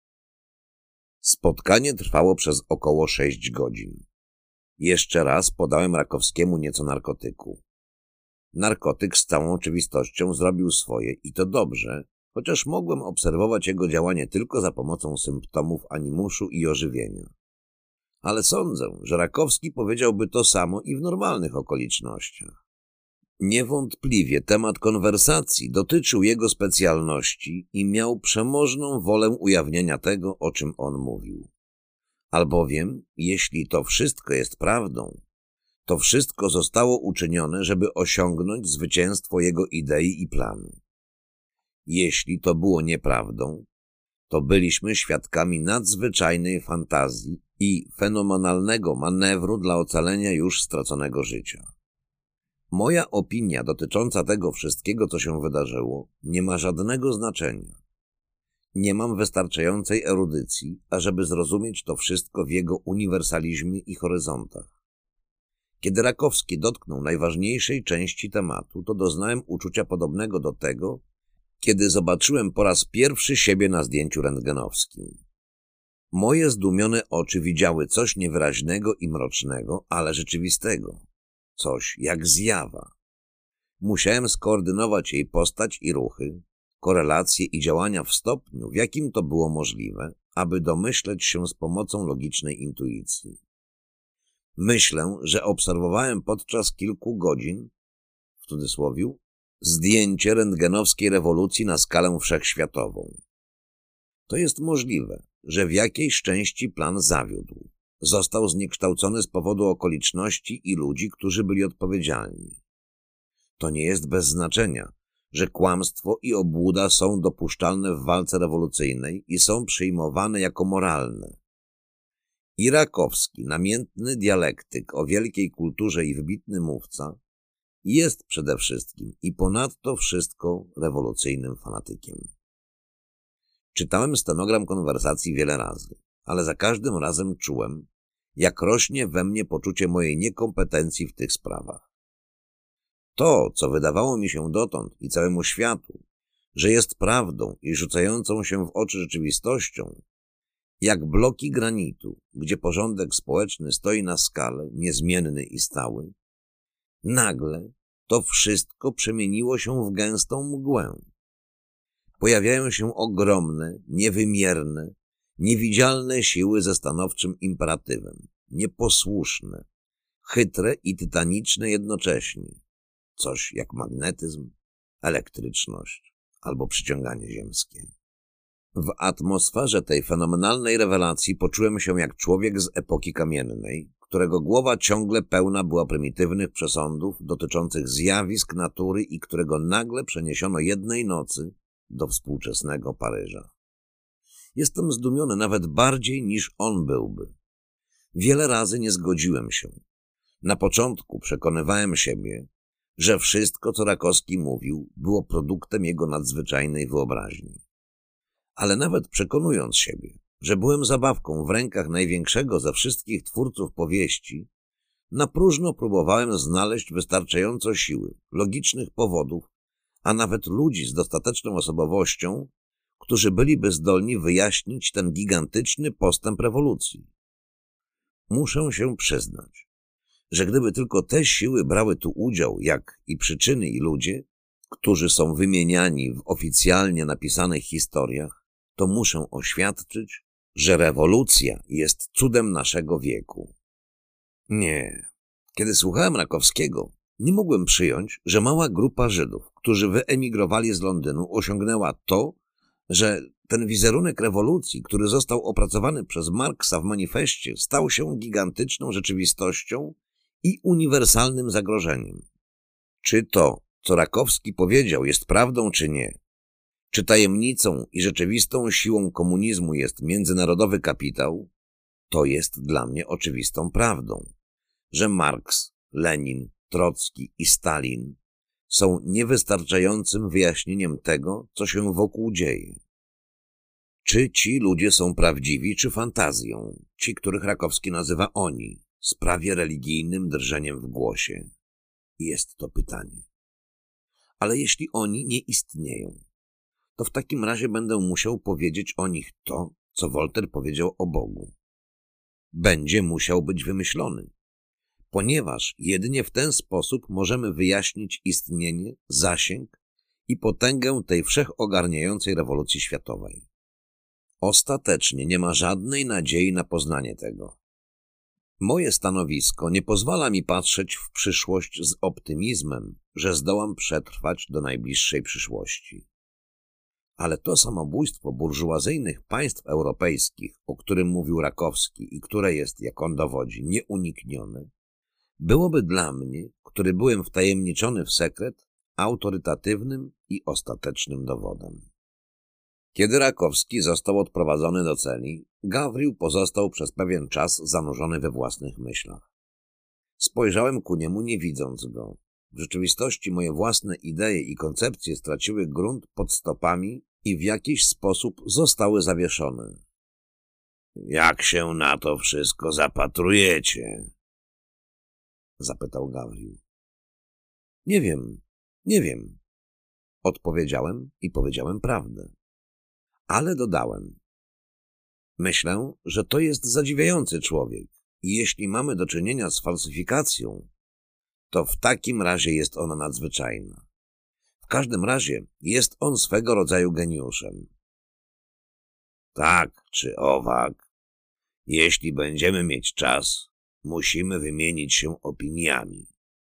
Spotkanie trwało przez około 6 godzin. Jeszcze raz podałem Rakowskiemu nieco narkotyku. Narkotyk z całą oczywistością zrobił swoje i to dobrze, chociaż mogłem obserwować jego działanie tylko za pomocą symptomów animuszu i ożywienia. Ale sądzę, że Rakowski powiedziałby to samo i w normalnych okolicznościach. Niewątpliwie temat konwersacji dotyczył jego specjalności i miał przemożną wolę ujawnienia tego, o czym on mówił. Albowiem, jeśli to wszystko jest prawdą, to wszystko zostało uczynione, żeby osiągnąć zwycięstwo jego idei i planu. Jeśli to było nieprawdą, to byliśmy świadkami nadzwyczajnej fantazji i fenomenalnego manewru dla ocalenia już straconego życia. Moja opinia dotycząca tego wszystkiego, co się wydarzyło, nie ma żadnego znaczenia. Nie mam wystarczającej erudycji, ażeby zrozumieć to wszystko w jego uniwersalizmie i horyzontach. Kiedy Rakowski dotknął najważniejszej części tematu, to doznałem uczucia podobnego do tego, kiedy zobaczyłem po raz pierwszy siebie na zdjęciu rentgenowskim. Moje zdumione oczy widziały coś niewyraźnego i mrocznego, ale rzeczywistego. Coś jak zjawa. Musiałem skoordynować jej postać i ruchy, korelacje i działania w stopniu, w jakim to było możliwe, aby domyśleć się z pomocą logicznej intuicji. Myślę, że obserwowałem podczas kilku godzin, w cudzysłowiu, zdjęcie rentgenowskiej rewolucji na skalę wszechświatową. To jest możliwe, że w jakiejś części plan zawiódł. Został zniekształcony z powodu okoliczności i ludzi, którzy byli odpowiedzialni. To nie jest bez znaczenia, że kłamstwo i obłuda są dopuszczalne w walce rewolucyjnej i są przyjmowane jako moralne. I Rakowski, namiętny dialektyk o wielkiej kulturze i wybitny mówca, jest przede wszystkim i ponadto wszystko rewolucyjnym fanatykiem. Czytałem stenogram konwersacji wiele razy, ale za każdym razem czułem, jak rośnie we mnie poczucie mojej niekompetencji w tych sprawach. To, co wydawało mi się dotąd i całemu światu, że jest prawdą i rzucającą się w oczy rzeczywistością, jak bloki granitu, gdzie porządek społeczny stoi na skale, niezmienny i stały, nagle to wszystko przemieniło się w gęstą mgłę. Pojawiają się ogromne, niewymierne, niewidzialne siły ze stanowczym imperatywem, nieposłuszne, chytre i tytaniczne jednocześnie, coś jak magnetyzm, elektryczność albo przyciąganie ziemskie. W atmosferze tej fenomenalnej rewelacji poczułem się jak człowiek z epoki kamiennej, którego głowa ciągle pełna była prymitywnych przesądów dotyczących zjawisk natury i którego nagle przeniesiono jednej nocy do współczesnego Paryża. Jestem zdumiony nawet bardziej niż on byłby. Wiele razy nie zgodziłem się. Na początku przekonywałem siebie, że wszystko, co Rakowski mówił, było produktem jego nadzwyczajnej wyobraźni. Ale nawet przekonując siebie, że byłem zabawką w rękach największego ze wszystkich twórców powieści, na próżno próbowałem znaleźć wystarczająco siły, logicznych powodów, a nawet ludzi z dostateczną osobowością, którzy byliby zdolni wyjaśnić ten gigantyczny postęp rewolucji. Muszę się przyznać, że gdyby tylko te siły brały tu udział, jak i przyczyny i ludzie, którzy są wymieniani w oficjalnie napisanych historiach, to muszę oświadczyć, że rewolucja jest cudem naszego wieku. Nie. Kiedy słuchałem Rakowskiego, nie mogłem przyjąć, że mała grupa Żydów, którzy wyemigrowali z Londynu, osiągnęła to, że ten wizerunek rewolucji, który został opracowany przez Marksa w manifestie, stał się gigantyczną rzeczywistością i uniwersalnym zagrożeniem. Czy to, co Rakowski powiedział, jest prawdą, czy nie? Czy tajemnicą i rzeczywistą siłą komunizmu jest międzynarodowy kapitał? To jest dla mnie oczywistą prawdą, że Marks, Lenin, Trocki i Stalin są niewystarczającym wyjaśnieniem tego, co się wokół dzieje. Czy ci ludzie są prawdziwi, czy fantazją, ci, których Rakowski nazywa oni, z prawie religijnym drżeniem w głosie? Jest to pytanie. Ale jeśli oni nie istnieją, to w takim razie będę musiał powiedzieć o nich to, co Wolter powiedział o Bogu. Będzie musiał być wymyślony, ponieważ jedynie w ten sposób możemy wyjaśnić istnienie, zasięg i potęgę tej wszechogarniającej rewolucji światowej. Ostatecznie nie ma żadnej nadziei na poznanie tego. Moje stanowisko nie pozwala mi patrzeć w przyszłość z optymizmem, że zdołam przetrwać do najbliższej przyszłości. Ale to samobójstwo burżuazyjnych państw europejskich, o którym mówił Rakowski i które jest, jak on dowodzi, nieuniknione, byłoby dla mnie, który byłem wtajemniczony w sekret, autorytatywnym i ostatecznym dowodem. Kiedy Rakowski został odprowadzony do celi, Gawrił pozostał przez pewien czas zanurzony we własnych myślach. Spojrzałem ku niemu, nie widząc go. W rzeczywistości moje własne idee i koncepcje straciły grunt pod stopami i w jakiś sposób zostały zawieszone. Jak się na to wszystko zapatrujecie? Zapytał Gawrił. Nie wiem. Odpowiedziałem i powiedziałem prawdę. Ale dodałem. Myślę, że to jest zadziwiający człowiek i jeśli mamy do czynienia z falsyfikacją, to w takim razie jest ona nadzwyczajna. W każdym razie jest on swego rodzaju geniuszem. Tak czy owak, jeśli będziemy mieć czas, musimy wymienić się opiniami.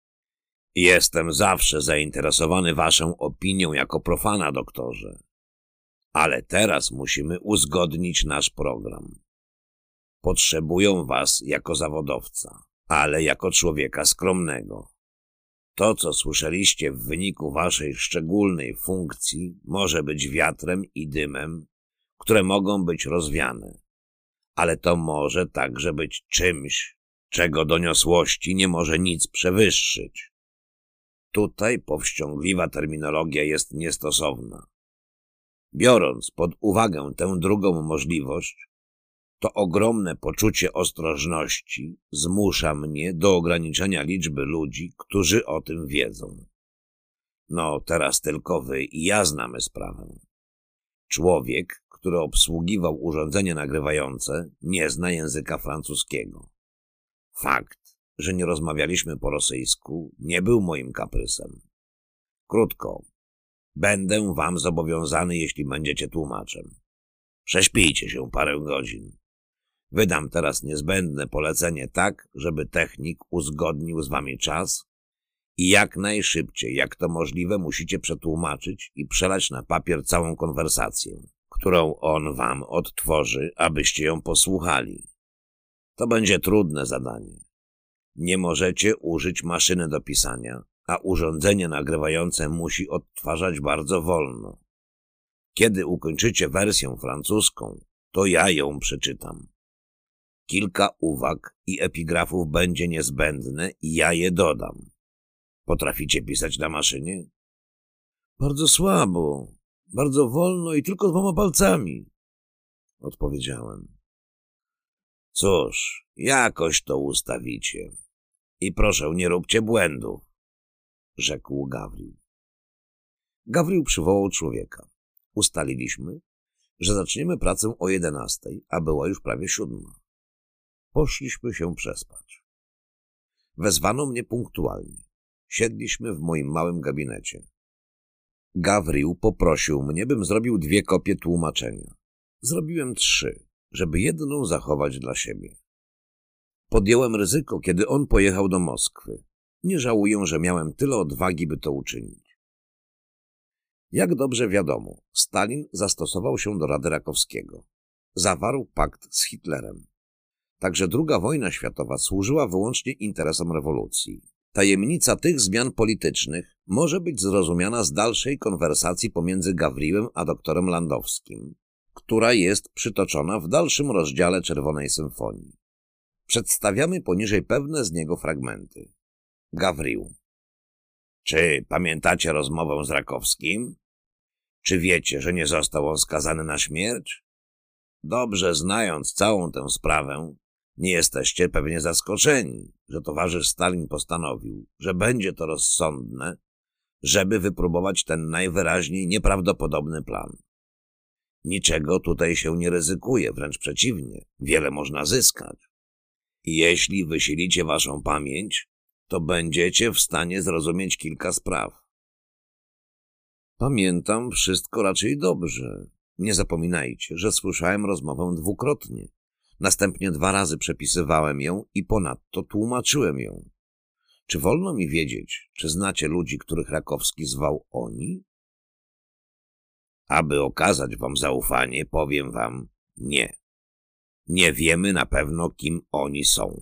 Jestem zawsze zainteresowany waszą opinią jako profana, doktorze. Ale teraz musimy uzgodnić nasz program. Potrzebują was jako zawodowca, ale jako człowieka skromnego. To, co słyszeliście w wyniku waszej szczególnej funkcji, może być wiatrem i dymem, które mogą być rozwiane, ale to może także być czymś, czego doniosłości nie może nic przewyższyć. Tutaj powściągliwa terminologia jest niestosowna. Biorąc pod uwagę tę drugą możliwość, to ogromne poczucie ostrożności zmusza mnie do ograniczenia liczby ludzi, którzy o tym wiedzą. No, teraz tylko wy i ja znamy sprawę. Człowiek, który obsługiwał urządzenie nagrywające, nie zna języka francuskiego. Fakt, że nie rozmawialiśmy po rosyjsku, nie był moim kaprysem. Krótko, będę wam zobowiązany, jeśli będziecie tłumaczem. Prześpijcie się parę godzin. Wydam teraz niezbędne polecenie tak, żeby technik uzgodnił z wami czas i jak najszybciej, jak to możliwe, musicie przetłumaczyć i przelać na papier całą konwersację, którą on wam odtworzy, abyście ją posłuchali. To będzie trudne zadanie. Nie możecie użyć maszyny do pisania, a urządzenie nagrywające musi odtwarzać bardzo wolno. Kiedy ukończycie wersję francuską, to ja ją przeczytam. Kilka uwag i epigrafów będzie niezbędne i ja je dodam. Potraficie pisać na maszynie? Bardzo słabo, bardzo wolno i tylko 2 palcami, odpowiedziałem. Cóż, jakoś to ustawicie. I proszę, nie róbcie błędów, rzekł Gawrił. Gawrił przywołał człowieka. Ustaliliśmy, że zaczniemy pracę o 11, a była już prawie 7. Poszliśmy się przespać. Wezwano mnie punktualnie. Siedliśmy w moim małym gabinecie. Gawrił poprosił mnie, bym zrobił 2 kopie tłumaczenia. Zrobiłem 3, żeby jedną zachować dla siebie. Podjąłem ryzyko, kiedy on pojechał do Moskwy. Nie żałuję, że miałem tyle odwagi, by to uczynić. Jak dobrze wiadomo, Stalin zastosował się do Rady Rakowskiego. Zawarł pakt z Hitlerem. Także II wojna światowa służyła wyłącznie interesom rewolucji. Tajemnica tych zmian politycznych może być zrozumiana z dalszej konwersacji pomiędzy Gawriłem a doktorem Landowskim, która jest przytoczona w dalszym rozdziale Czerwonej Symfonii. Przedstawiamy poniżej pewne z niego fragmenty. Gawrił. Czy pamiętacie rozmowę z Rakowskim? Czy wiecie, że nie został on skazany na śmierć? Dobrze znając całą tę sprawę, nie jesteście pewnie zaskoczeni, że towarzysz Stalin postanowił, że będzie to rozsądne, żeby wypróbować ten najwyraźniej nieprawdopodobny plan. Niczego tutaj się nie ryzykuje, wręcz przeciwnie, wiele można zyskać. I jeśli wysilicie waszą pamięć, to będziecie w stanie zrozumieć kilka spraw. Pamiętam wszystko raczej dobrze. Nie zapominajcie, że słyszałem rozmowę 2-krotnie. Następnie 2 razy przepisywałem ją i ponadto tłumaczyłem ją. Czy wolno mi wiedzieć, czy znacie ludzi, których Rakowski zwał oni? Aby okazać wam zaufanie, powiem wam nie. Nie wiemy na pewno, kim oni są.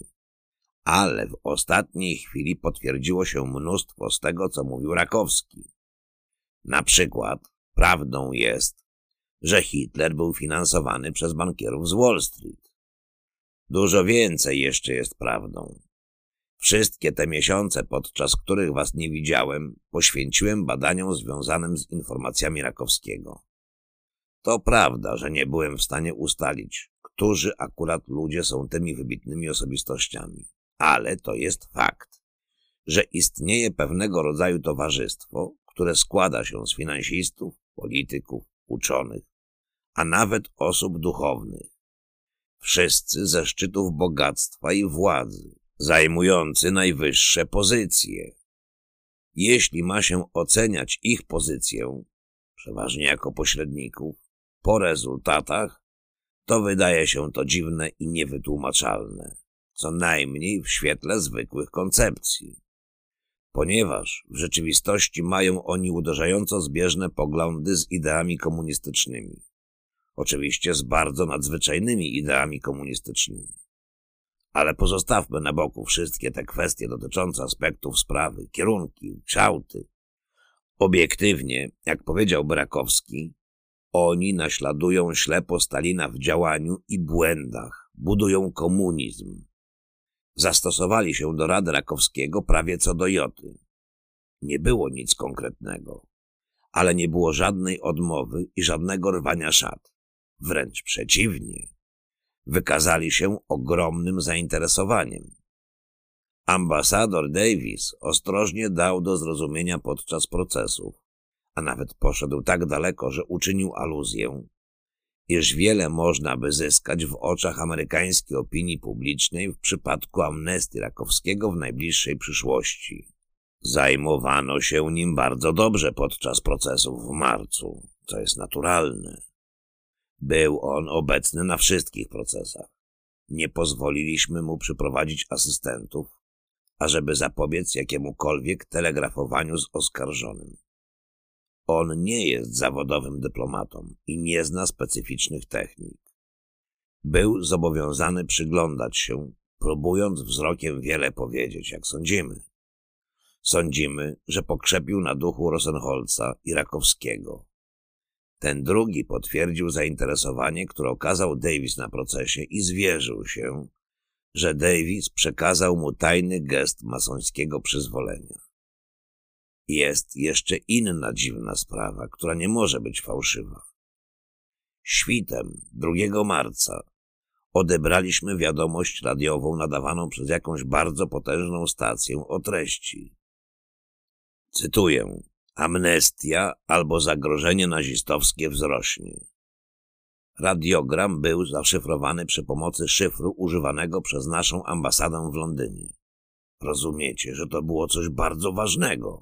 Ale w ostatniej chwili potwierdziło się mnóstwo z tego, co mówił Rakowski. Na przykład prawdą jest, że Hitler był finansowany przez bankierów z Wall Street. Dużo więcej jeszcze jest prawdą. Wszystkie te miesiące, podczas których was nie widziałem, poświęciłem badaniom związanym z informacjami Rakowskiego. To prawda, że nie byłem w stanie ustalić, którzy akurat ludzie są tymi wybitnymi osobistościami. Ale to jest fakt, że istnieje pewnego rodzaju towarzystwo, które składa się z finansistów, polityków, uczonych, a nawet osób duchownych. Wszyscy ze szczytów bogactwa i władzy, zajmujący najwyższe pozycje. Jeśli ma się oceniać ich pozycję, przeważnie jako pośredników, po rezultatach, to wydaje się to dziwne i niewytłumaczalne, co najmniej w świetle zwykłych koncepcji. Ponieważ w rzeczywistości mają oni uderzająco zbieżne poglądy z ideami komunistycznymi. Oczywiście z bardzo nadzwyczajnymi ideami komunistycznymi. Ale pozostawmy na boku wszystkie te kwestie dotyczące aspektów sprawy, kierunki, kształty. Obiektywnie, jak powiedział Rakowski, oni naśladują ślepo Stalina w działaniu i błędach, budują komunizm. Zastosowali się do rady Rakowskiego prawie co do joty. Nie było nic konkretnego, ale nie było żadnej odmowy i żadnego rwania szat. Wręcz przeciwnie. Wykazali się ogromnym zainteresowaniem. Ambasador Davis ostrożnie dał do zrozumienia podczas procesów, a nawet poszedł tak daleko, że uczynił aluzję, iż wiele można by zyskać w oczach amerykańskiej opinii publicznej w przypadku amnestii Rakowskiego w najbliższej przyszłości. Zajmowano się nim bardzo dobrze podczas procesów w marcu, co jest naturalne. Był on obecny na wszystkich procesach. Nie pozwoliliśmy mu przyprowadzić asystentów, ażeby zapobiec jakiemukolwiek telegrafowaniu z oskarżonym. On nie jest zawodowym dyplomatą i nie zna specyficznych technik. Był zobowiązany przyglądać się, próbując wzrokiem wiele powiedzieć, jak sądzimy. Sądzimy, że pokrzepił na duchu Rosenholza i Rakowskiego. Ten drugi potwierdził zainteresowanie, które okazał Davis na procesie i zwierzył się, że Davis przekazał mu tajny gest masońskiego przyzwolenia. Jest jeszcze inna dziwna sprawa, która nie może być fałszywa. Świtem 2 marca odebraliśmy wiadomość radiową nadawaną przez jakąś bardzo potężną stację o treści. Cytuję: amnestia albo zagrożenie nazistowskie wzrośnie. Radiogram był zaszyfrowany przy pomocy szyfru używanego przez naszą ambasadę w Londynie. Rozumiecie, że to było coś bardzo ważnego.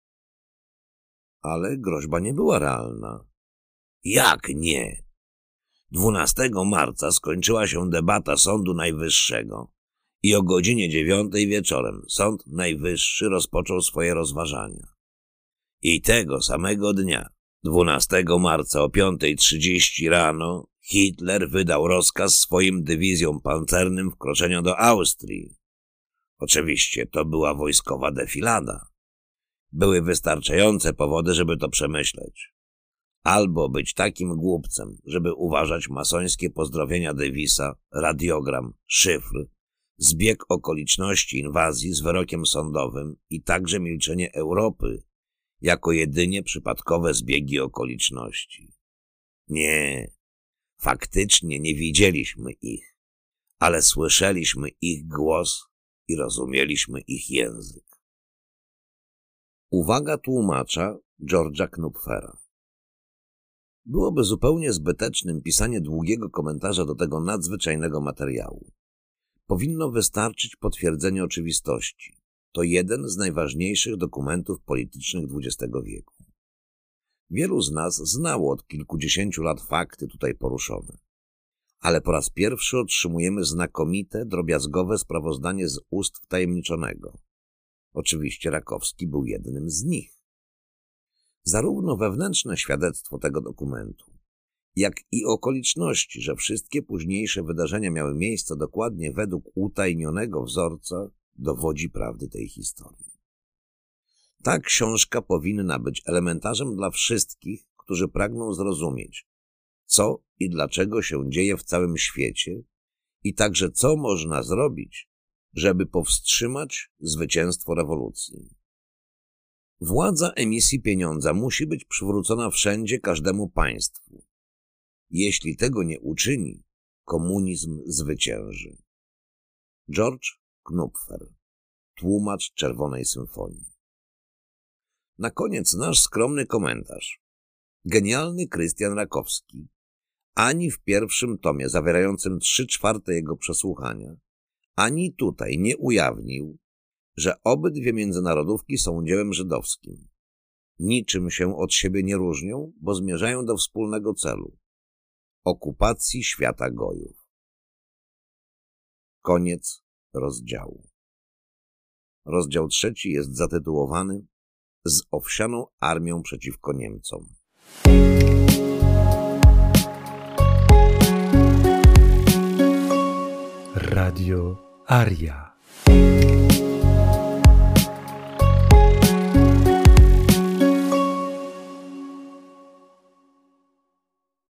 Ale groźba nie była realna. Jak nie? 12 marca skończyła się debata Sądu Najwyższego i o godzinie 9 wieczorem Sąd Najwyższy rozpoczął swoje rozważania. I tego samego dnia, 12 marca o 5:30 rano, Hitler wydał rozkaz swoim dywizjom pancernym wkroczenia do Austrii. Oczywiście to była wojskowa defilada. Były wystarczające powody, żeby to przemyśleć. Albo być takim głupcem, żeby uważać masońskie pozdrowienia Davisa, radiogram, szyfr, zbieg okoliczności inwazji z wyrokiem sądowym i także milczenie Europy jako jedynie przypadkowe zbiegi okoliczności. Nie, faktycznie nie widzieliśmy ich, ale słyszeliśmy ich głos i rozumieliśmy ich język. Uwaga tłumacza George'a Knupfera. Byłoby zupełnie zbytecznym pisanie długiego komentarza do tego nadzwyczajnego materiału. Powinno wystarczyć potwierdzenie oczywistości. To jeden z najważniejszych dokumentów politycznych XX wieku. Wielu z nas znało od kilkudziesięciu lat fakty tutaj poruszone. ale po raz pierwszy otrzymujemy znakomite, drobiazgowe sprawozdanie z ust wtajemniczonego. Oczywiście Rakowski był jednym z nich. Zarówno wewnętrzne świadectwo tego dokumentu, jak i okoliczności, że wszystkie późniejsze wydarzenia miały miejsce dokładnie według utajnionego wzorca, dowodzi prawdy tej historii. Ta książka powinna być elementarzem dla wszystkich, którzy pragną zrozumieć, co i dlaczego się dzieje w całym świecie i także co można zrobić, żeby powstrzymać zwycięstwo rewolucji. Władza emisji pieniądza musi być przywrócona wszędzie każdemu państwu. Jeśli tego nie uczyni, komunizm zwycięży. George Knupfer, tłumacz Czerwonej Symfonii. Na koniec nasz skromny komentarz. Genialny Krystian Rakowski ani w pierwszym tomie zawierającym 3/4 jego przesłuchania, ani tutaj nie ujawnił, że obydwie międzynarodówki są dziełem żydowskim. Niczym się od siebie nie różnią, bo zmierzają do wspólnego celu – okupacji świata gojów. Koniec rozdziału. Rozdział 3 jest zatytułowany Z owsianą armią przeciwko Niemcom. Radio Aria.